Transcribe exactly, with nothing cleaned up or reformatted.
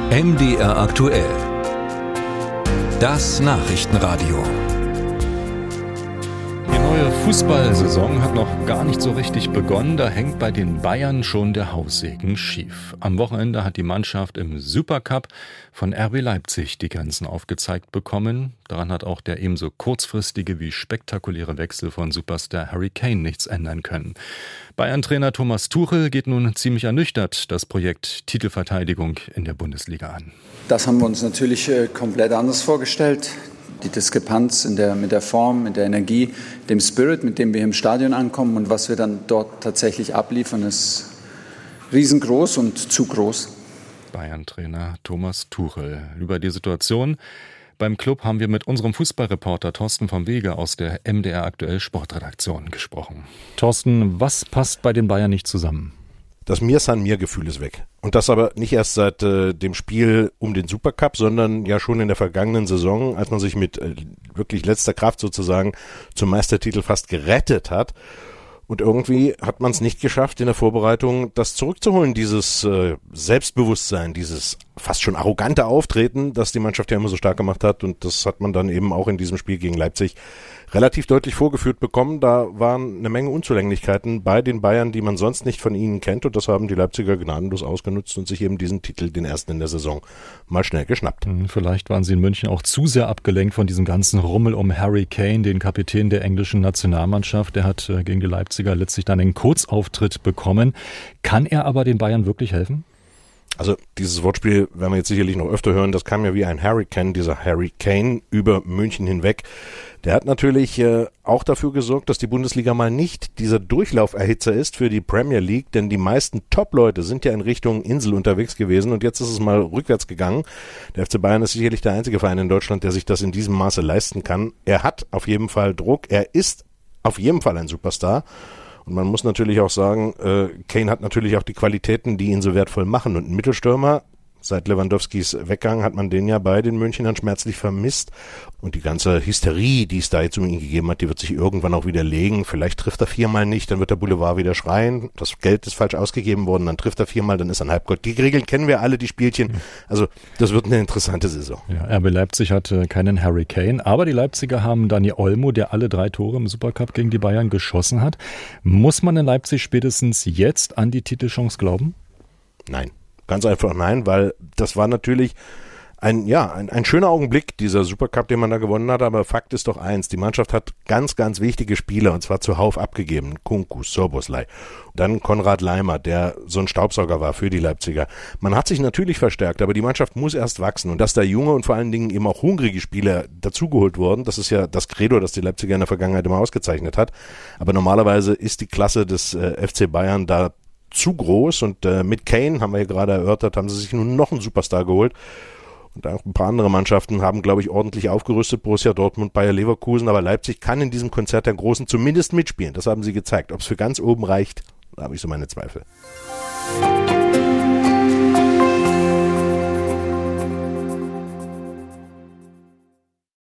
M D R aktuell. Das Nachrichtenradio. Die neue Fußballsaison hat noch gar nicht so richtig begonnen. Da hängt bei den Bayern schon der Haussegen schief. Am Wochenende hat die Mannschaft im Supercup von R B Leipzig die Grenzen aufgezeigt bekommen. Daran hat auch der ebenso kurzfristige wie spektakuläre Wechsel von Superstar Harry Kane nichts ändern können. Bayern-Trainer Thomas Tuchel geht nun ziemlich ernüchtert das Projekt Titelverteidigung in der Bundesliga an. Das haben wir uns natürlich äh, komplett anders vorgestellt. Die Diskrepanz in der, mit der Form, mit der Energie, dem Spirit, mit dem wir im Stadion ankommen und was wir dann dort tatsächlich abliefern, ist riesengroß und zu groß. Bayern-Trainer Thomas Tuchel. Über die Situation beim Club haben wir mit unserem Fußballreporter Thorsten vom Wege aus der M D R aktuell Sportredaktion gesprochen. Thorsten, was passt bei den Bayern nicht zusammen? Das Mir-San-Mir-Gefühl ist weg. Und das aber nicht erst seit äh, dem Spiel um den Supercup, sondern ja schon in der vergangenen Saison, als man sich mit äh, wirklich letzter Kraft sozusagen zum Meistertitel fast gerettet hat. Und irgendwie hat man es nicht geschafft, in der Vorbereitung das zurückzuholen, dieses äh, Selbstbewusstsein, dieses fast schon arrogante Auftreten, das die Mannschaft ja immer so stark gemacht hat. Und das hat man dann eben auch in diesem Spiel gegen Leipzig relativ deutlich vorgeführt bekommen. Da waren eine Menge Unzulänglichkeiten bei den Bayern, die man sonst nicht von ihnen kennt. Und das haben die Leipziger gnadenlos ausgenutzt und sich eben diesen Titel, den ersten in der Saison, mal schnell geschnappt. Vielleicht waren sie in München auch zu sehr abgelenkt von diesem ganzen Rummel um Harry Kane, den Kapitän der englischen Nationalmannschaft. Der hat gegen die Leipziger letztlich dann einen Kurzauftritt bekommen. Kann er aber den Bayern wirklich helfen? Also dieses Wortspiel werden wir jetzt sicherlich noch öfter hören. Das kam ja wie ein Hurricane, dieser Harry Kane über München hinweg. Der hat natürlich äh, auch dafür gesorgt, dass die Bundesliga mal nicht dieser Durchlauferhitzer ist für die Premier League, denn die meisten Top-Leute sind ja in Richtung Insel unterwegs gewesen und jetzt ist es mal rückwärts gegangen. Der F C Bayern ist sicherlich der einzige Verein in Deutschland, der sich das in diesem Maße leisten kann. Er hat auf jeden Fall Druck, er ist auf jeden Fall ein Superstar. Und man muss natürlich auch sagen, äh, Kane hat natürlich auch die Qualitäten, die ihn so wertvoll machen. Und ein Mittelstürmer, seit Lewandowskis Weggang hat man den ja bei den Münchnern schmerzlich vermisst. Und die ganze Hysterie, die es da jetzt um ihn gegeben hat, die wird sich irgendwann auch wieder legen. Vielleicht trifft er viermal nicht, dann wird der Boulevard wieder schreien. Das Geld ist falsch ausgegeben worden, dann trifft er viermal, dann ist er ein Halbgott. Die Regeln kennen wir alle, die Spielchen. Also das wird eine interessante Saison. Ja, R B Leipzig hatte keinen Harry Kane, aber die Leipziger haben Dani Olmo, der alle drei Tore im Supercup gegen die Bayern geschossen hat. Muss man in Leipzig spätestens jetzt an die Titelchance glauben? Nein. Ganz einfach nein, weil das war natürlich ein, ja, ein, ein schöner Augenblick, dieser Supercup, den man da gewonnen hat, aber Fakt ist doch eins, die Mannschaft hat ganz, ganz wichtige Spieler und zwar zuhauf abgegeben, Kunku, Szoboszlai, dann Konrad Laimer, der so ein Staubsauger war für die Leipziger. Man hat sich natürlich verstärkt, aber die Mannschaft muss erst wachsen und dass da junge und vor allen Dingen eben auch hungrige Spieler dazugeholt wurden, das ist ja das Credo, das die Leipziger in der Vergangenheit immer ausgezeichnet hat, aber normalerweise ist die Klasse des äh, F C Bayern da zu groß und äh, mit Kane, haben wir ja gerade erörtert, haben sie sich nun noch einen Superstar geholt und auch ein paar andere Mannschaften haben, glaube ich, ordentlich aufgerüstet, Borussia Dortmund, Bayer Leverkusen, aber Leipzig kann in diesem Konzert der Großen zumindest mitspielen, das haben sie gezeigt. Ob es für ganz oben reicht, da habe ich so meine Zweifel.